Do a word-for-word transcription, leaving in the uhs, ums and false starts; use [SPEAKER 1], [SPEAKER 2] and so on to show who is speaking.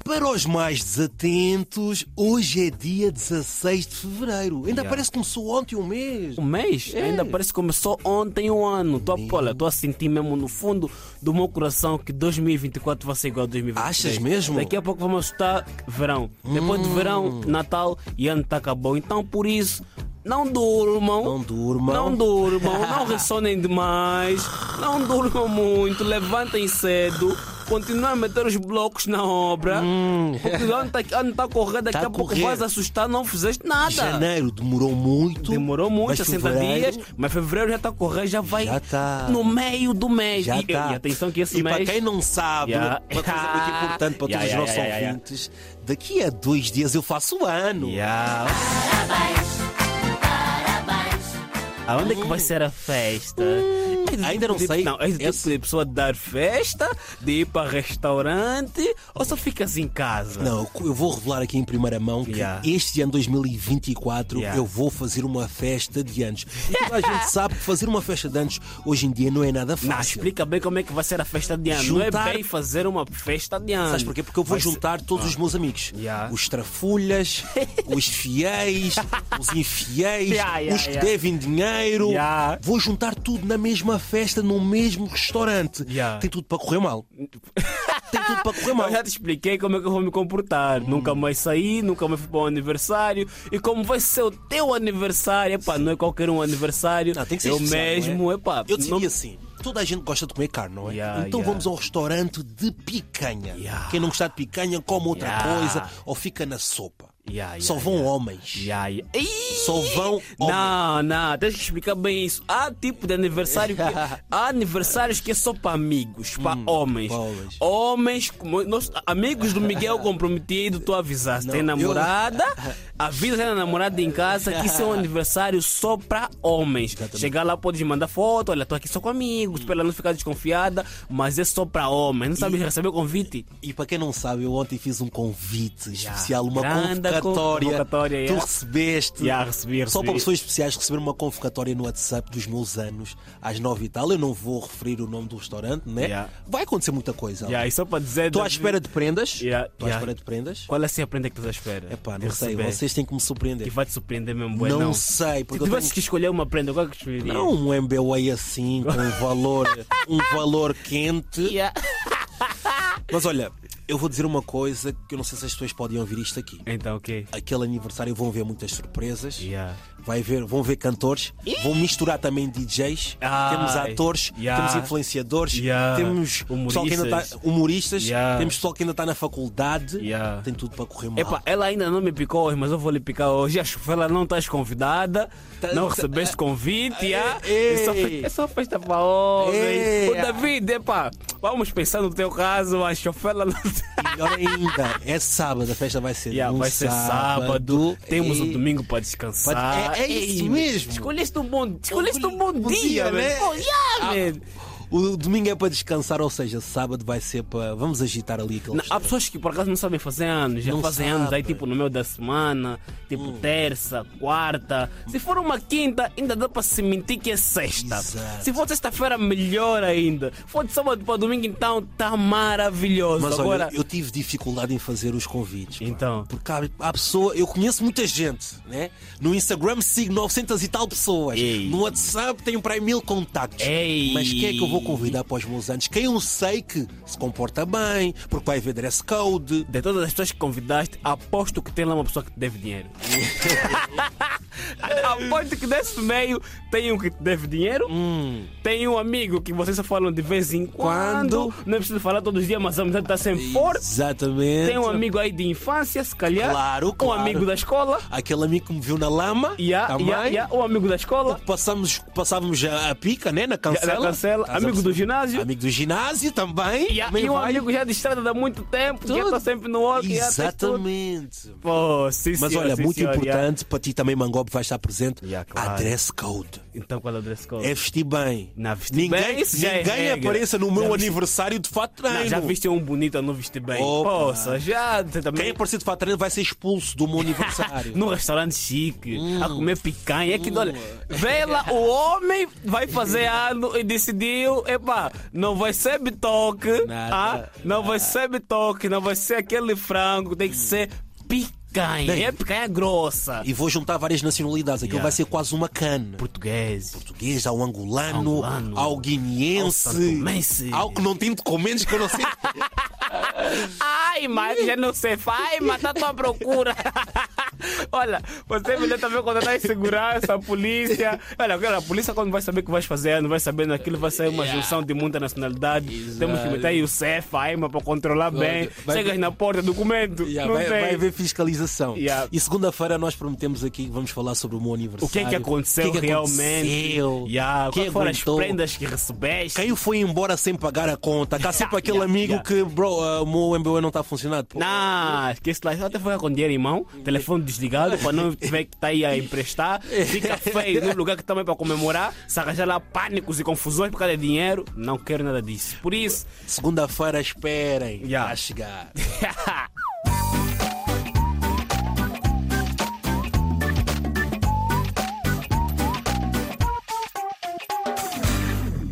[SPEAKER 1] Para os mais desatentos, hoje é dia dezasseis de fevereiro. Ainda
[SPEAKER 2] Yeah.
[SPEAKER 1] parece que começou ontem um mês.
[SPEAKER 2] Um mês?
[SPEAKER 1] É.
[SPEAKER 2] Ainda parece que começou ontem um ano. Tô, olha, estou a sentir mesmo no fundo do meu coração que dois mil e vinte e quatro vai ser igual a dois mil e vinte e três.
[SPEAKER 1] Achas mesmo?
[SPEAKER 2] Daqui a pouco vamos estar verão. Depois do verão, Natal e ano está acabou. Então por isso, não durmam.
[SPEAKER 1] Não durmam.
[SPEAKER 2] Não durmam. Não ressonem demais. Não durmam muito. Levantem cedo. Continuem a meter os blocos na obra.
[SPEAKER 1] Hum.
[SPEAKER 2] Porque o ano está a correr. Daqui
[SPEAKER 1] Tá
[SPEAKER 2] a
[SPEAKER 1] a
[SPEAKER 2] pouco
[SPEAKER 1] correr.
[SPEAKER 2] vais assustar. Não fizeste nada.
[SPEAKER 1] Janeiro demorou muito.
[SPEAKER 2] Demorou muito,
[SPEAKER 1] mas
[SPEAKER 2] sessenta
[SPEAKER 1] fevereiro
[SPEAKER 2] dias, mas fevereiro já está a correr, já vai
[SPEAKER 1] Já tá.
[SPEAKER 2] no meio do mês.
[SPEAKER 1] Já
[SPEAKER 2] e,
[SPEAKER 1] tá.
[SPEAKER 2] e atenção que esse
[SPEAKER 1] E
[SPEAKER 2] mês...
[SPEAKER 1] para quem não sabe,
[SPEAKER 2] Yeah.
[SPEAKER 1] uma coisa muito importante para
[SPEAKER 2] Yeah,
[SPEAKER 1] todos
[SPEAKER 2] yeah,
[SPEAKER 1] os nossos
[SPEAKER 2] yeah, yeah,
[SPEAKER 1] ouvintes, daqui a dois dias eu faço o ano.
[SPEAKER 2] Yeah. Aonde é que vai ser a festa? É do
[SPEAKER 1] ainda não
[SPEAKER 2] tipo de-
[SPEAKER 1] sei.
[SPEAKER 2] Não, é do tipo
[SPEAKER 1] Esse-
[SPEAKER 2] de pessoa de dar festa, de ir para restaurante, ou só ficas em casa?
[SPEAKER 1] Não, eu vou revelar aqui em primeira mão que
[SPEAKER 2] Yeah.
[SPEAKER 1] este ano dois mil e vinte e quatro
[SPEAKER 2] Yeah.
[SPEAKER 1] eu vou fazer uma festa de anos. E toda a gente sabe que fazer uma festa de anos hoje em dia não é nada
[SPEAKER 2] Não,
[SPEAKER 1] fácil.
[SPEAKER 2] explica bem como é que vai ser a festa de ano.
[SPEAKER 1] Juntar-
[SPEAKER 2] Não é bem fazer uma festa de ano.
[SPEAKER 1] Sabes porquê? Porque eu vou
[SPEAKER 2] Vai ser-
[SPEAKER 1] juntar todos os meus amigos.
[SPEAKER 2] Yeah.
[SPEAKER 1] Os trafulhas, os fiéis, os infiéis,
[SPEAKER 2] Yeah, yeah,
[SPEAKER 1] os que
[SPEAKER 2] yeah.
[SPEAKER 1] devem dinheiro.
[SPEAKER 2] Yeah.
[SPEAKER 1] Vou juntar tudo na mesma festa, no mesmo restaurante.
[SPEAKER 2] Yeah.
[SPEAKER 1] Tem tudo para correr mal. Tem tudo para correr mal.
[SPEAKER 2] Eu já te expliquei como é que eu vou me comportar. Nunca mais saí, nunca mais fui para um aniversário. E como vai ser o teu aniversário, epá, não é qualquer um aniversário.
[SPEAKER 1] Não, tem que ser
[SPEAKER 2] eu
[SPEAKER 1] especial,
[SPEAKER 2] mesmo,
[SPEAKER 1] não é?
[SPEAKER 2] epá.
[SPEAKER 1] Eu diria
[SPEAKER 2] não-
[SPEAKER 1] assim, toda a gente gosta de comer carne, não é?
[SPEAKER 2] Yeah,
[SPEAKER 1] então
[SPEAKER 2] yeah.
[SPEAKER 1] vamos a um restaurante de picanha.
[SPEAKER 2] Yeah.
[SPEAKER 1] Quem não gostar de picanha, come outra
[SPEAKER 2] Yeah.
[SPEAKER 1] coisa ou fica na sopa.
[SPEAKER 2] Yeah,
[SPEAKER 1] Só
[SPEAKER 2] yeah,
[SPEAKER 1] vão
[SPEAKER 2] yeah.
[SPEAKER 1] homens.
[SPEAKER 2] Yeah, yeah. Ih!
[SPEAKER 1] Só vão
[SPEAKER 2] Não, não, tens que explicar bem isso. Há tipo de aniversário que. Há aniversários que é só para amigos, para homens.
[SPEAKER 1] para homens.
[SPEAKER 2] Homens, como nós, amigos do Miguel comprometido, tu avisaste.
[SPEAKER 1] Não,
[SPEAKER 2] Tem
[SPEAKER 1] eu-
[SPEAKER 2] namorada, avisa a namorada em casa que isso é um aniversário só para homens. Chegar lá, podes mandar foto, olha, estou aqui só com amigos, para ela não ficar desconfiada, mas é só para homens. Não sabes receber o convite?
[SPEAKER 1] E para quem não sabe, eu ontem fiz um convite especial, uma
[SPEAKER 2] Grande
[SPEAKER 1] convocatória.
[SPEAKER 2] convocatória,
[SPEAKER 1] Tu
[SPEAKER 2] yeah.
[SPEAKER 1] recebeste.
[SPEAKER 2] Yeah, recebi,
[SPEAKER 1] Só
[SPEAKER 2] recebi.
[SPEAKER 1] para pessoas especiais receber uma convocatória no WhatsApp dos meus anos, às nove e tal. Eu não vou referir o nome do restaurante, né?
[SPEAKER 2] Yeah.
[SPEAKER 1] Vai acontecer muita coisa.
[SPEAKER 2] Yeah, e só para dizer.
[SPEAKER 1] Estou à
[SPEAKER 2] David-
[SPEAKER 1] espera de prendas.
[SPEAKER 2] Yeah,
[SPEAKER 1] Estou à
[SPEAKER 2] yeah.
[SPEAKER 1] espera de prendas.
[SPEAKER 2] Qual é assim a prenda que tu estás à espera?
[SPEAKER 1] Epá,
[SPEAKER 2] de
[SPEAKER 1] não sei,
[SPEAKER 2] receber?
[SPEAKER 1] vocês têm que me surpreender.
[SPEAKER 2] E vai te surpreender mesmo, bué,
[SPEAKER 1] Não,
[SPEAKER 2] não
[SPEAKER 1] sei,
[SPEAKER 2] Se
[SPEAKER 1] porque eu
[SPEAKER 2] tivesse
[SPEAKER 1] tenho...
[SPEAKER 2] que escolher uma prenda, qual é que escolheria?
[SPEAKER 1] Não um M B A assim, com um valor, um valor quente.
[SPEAKER 2] Yeah.
[SPEAKER 1] Mas olha, eu vou dizer uma coisa que eu não sei se as pessoas podem ouvir isto aqui.
[SPEAKER 2] Então, ok.
[SPEAKER 1] Aquele aniversário vão ver muitas surpresas.
[SPEAKER 2] Yeah.
[SPEAKER 1] Vai ver, vão ver cantores, vão misturar também D Js,
[SPEAKER 2] Ai,
[SPEAKER 1] temos atores,
[SPEAKER 2] yeah.
[SPEAKER 1] temos influenciadores,
[SPEAKER 2] Yeah.
[SPEAKER 1] temos pessoal que ainda
[SPEAKER 2] Humoristas.
[SPEAKER 1] tá, humoristas,
[SPEAKER 2] Yeah.
[SPEAKER 1] temos pessoal que ainda está na faculdade,
[SPEAKER 2] Yeah.
[SPEAKER 1] tem tudo para correr mal.
[SPEAKER 2] Epá, ela ainda não me picou hoje, mas eu vou lhe picar hoje. A chufela não estás convidada,
[SPEAKER 1] Tá-
[SPEAKER 2] não
[SPEAKER 1] tá-
[SPEAKER 2] recebeste convite.
[SPEAKER 1] Ei,
[SPEAKER 2] ah.
[SPEAKER 1] ei.
[SPEAKER 2] É, só fe- é só festa para homens.
[SPEAKER 1] Ei.
[SPEAKER 2] O David, epá, vamos pensar no teu caso. A chufela não.
[SPEAKER 1] Melhor ainda, é sábado, a festa vai ser
[SPEAKER 2] Yeah,
[SPEAKER 1] um
[SPEAKER 2] vai ser sábado, temos o
[SPEAKER 1] E-
[SPEAKER 2] domingo para descansar.
[SPEAKER 1] É- é isso
[SPEAKER 2] Ei,
[SPEAKER 1] mesmo.
[SPEAKER 2] Escolheste um bom, escolheste um bom,
[SPEAKER 1] Bom
[SPEAKER 2] dia,
[SPEAKER 1] dia,
[SPEAKER 2] velho.
[SPEAKER 1] né?
[SPEAKER 2] Pô, yeah,
[SPEAKER 1] Ah,
[SPEAKER 2] man.
[SPEAKER 1] O domingo é para descansar, ou seja, sábado vai ser para. Vamos agitar ali aquele
[SPEAKER 2] Não, há
[SPEAKER 1] restaurante.
[SPEAKER 2] pessoas que por acaso não sabem fazer anos, já
[SPEAKER 1] Não
[SPEAKER 2] fazem anos aí
[SPEAKER 1] sabem.
[SPEAKER 2] tipo no meio da semana, tipo terça, quarta. Se for uma quinta, ainda dá para se mentir que é sexta.
[SPEAKER 1] Exato.
[SPEAKER 2] Se for sexta-feira, melhor ainda. For de sábado para domingo, então tá maravilhoso.
[SPEAKER 1] Mas
[SPEAKER 2] Agora,
[SPEAKER 1] olha, eu tive dificuldade em fazer os convites. pá.
[SPEAKER 2] Então.
[SPEAKER 1] Porque há, há pessoa, eu conheço muita gente, né? No Instagram sigo novecentas e tal pessoas.
[SPEAKER 2] Ei.
[SPEAKER 1] No WhatsApp tenho para aí mil contactos.
[SPEAKER 2] Ei.
[SPEAKER 1] Mas quem é que eu vou convidar para os meus anos? Quem eu sei que se comporta bem, porque vai haver dress code.
[SPEAKER 2] de todas as pessoas que convidaste, aposto que tem lá uma pessoa que te deve dinheiro. Aposto que desse meio tem um que te deve dinheiro,
[SPEAKER 1] Hum.
[SPEAKER 2] tem um amigo que vocês só falam de vez em quando,
[SPEAKER 1] Quando?
[SPEAKER 2] não é preciso falar todos os dias, mas a amizade está sempre forte.
[SPEAKER 1] Exatamente.
[SPEAKER 2] Tem um amigo aí de infância, se calhar.
[SPEAKER 1] Claro,
[SPEAKER 2] Um
[SPEAKER 1] claro.
[SPEAKER 2] amigo da escola.
[SPEAKER 1] Aquele amigo que me viu na lama.
[SPEAKER 2] Yeah,
[SPEAKER 1] também.
[SPEAKER 2] yeah, yeah, um amigo da escola.
[SPEAKER 1] Passamos, passávamos a, a pica, né? Na cancela.
[SPEAKER 2] Na cancela.
[SPEAKER 1] Estás a
[SPEAKER 2] Amigo do
[SPEAKER 1] perceber?
[SPEAKER 2] ginásio.
[SPEAKER 1] Amigo do ginásio também.
[SPEAKER 2] Yeah,
[SPEAKER 1] também
[SPEAKER 2] e um
[SPEAKER 1] vai.
[SPEAKER 2] amigo já de estrada há muito tempo, que já
[SPEAKER 1] Tudo.
[SPEAKER 2] está sempre no work. já tens tudo.
[SPEAKER 1] Exatamente.
[SPEAKER 2] Pô, sim,
[SPEAKER 1] Mas
[SPEAKER 2] senhor,
[SPEAKER 1] olha,
[SPEAKER 2] sim,
[SPEAKER 1] muito
[SPEAKER 2] senhor, yeah.
[SPEAKER 1] importante para ti também, Mangoba. Bob vai estar presente.
[SPEAKER 2] Yeah, claro.
[SPEAKER 1] Há dress code.
[SPEAKER 2] Então qual é o dress code?
[SPEAKER 1] É vestir bem.
[SPEAKER 2] Não, vestir
[SPEAKER 1] ninguém
[SPEAKER 2] bem, isso já é
[SPEAKER 1] ninguém
[SPEAKER 2] regra.
[SPEAKER 1] apareça no meu
[SPEAKER 2] Já vesti-
[SPEAKER 1] aniversário de fato treino.
[SPEAKER 2] Não, já viste um bonito a não vestir bem.
[SPEAKER 1] Opa.
[SPEAKER 2] Poxa, já você também.
[SPEAKER 1] Quem aparecer de fato treino vai ser expulso do meu aniversário.
[SPEAKER 2] Num restaurante chique,
[SPEAKER 1] Hum.
[SPEAKER 2] a comer picanha. É que, olha, vê lá, o homem vai fazer ano e decidiu, epá, não vai ser bitoque,
[SPEAKER 1] Nada.
[SPEAKER 2] ah, não vai ser bitoque, não vai ser aquele frango, tem que ser picanha.
[SPEAKER 1] Bem.
[SPEAKER 2] É picanha grossa.
[SPEAKER 1] E vou juntar várias nacionalidades. Aquilo
[SPEAKER 2] Yeah.
[SPEAKER 1] vai ser quase uma cana.
[SPEAKER 2] Português.
[SPEAKER 1] Português, ao angolano,
[SPEAKER 2] Angolano,
[SPEAKER 1] ao guineense,
[SPEAKER 2] ao santomense.
[SPEAKER 1] ao que não tem documentos que eu não sei.
[SPEAKER 2] Ai, mas já não sei, vai, mas tá à tua procura. Olha, você melhor também quando tá em segurança, a polícia. Olha, a polícia quando vai saber o que vais fazer, não vai saber naquilo, vai ser uma
[SPEAKER 1] Yeah.
[SPEAKER 2] junção de muita nacionalidade.
[SPEAKER 1] Exato.
[SPEAKER 2] Temos que meter aí o C E F, a EMA para controlar bem.
[SPEAKER 1] Vai-
[SPEAKER 2] Chegas na porta, documento.
[SPEAKER 1] Yeah,
[SPEAKER 2] não
[SPEAKER 1] vai,
[SPEAKER 2] tem.
[SPEAKER 1] vai haver fiscalização.
[SPEAKER 2] Yeah.
[SPEAKER 1] E segunda-feira nós prometemos aqui que vamos falar sobre o meu aniversário.
[SPEAKER 2] O que é que aconteceu
[SPEAKER 1] O que é que
[SPEAKER 2] realmente?
[SPEAKER 1] aconteceu?
[SPEAKER 2] Yeah,
[SPEAKER 1] Quem
[SPEAKER 2] quais foram as
[SPEAKER 1] aguentou?
[SPEAKER 2] prendas que recebeste?
[SPEAKER 1] Quem foi embora sem pagar a conta? Cá sempre
[SPEAKER 2] Yeah,
[SPEAKER 1] aquele
[SPEAKER 2] yeah,
[SPEAKER 1] amigo
[SPEAKER 2] yeah.
[SPEAKER 1] que, bro, uh, o meu M B A não está a funcionar. Pô.
[SPEAKER 2] Não, esquece lá, só até foi com dinheiro em mão, telefone desligado, para não tiver que estar aí a emprestar, fica feio no lugar que também para comemorar, se arranjar lá pânicos e confusões por causa de dinheiro, não quero nada disso. Por isso,
[SPEAKER 1] Segunda-feira esperem.
[SPEAKER 2] Yeah.
[SPEAKER 1] Vai chegar.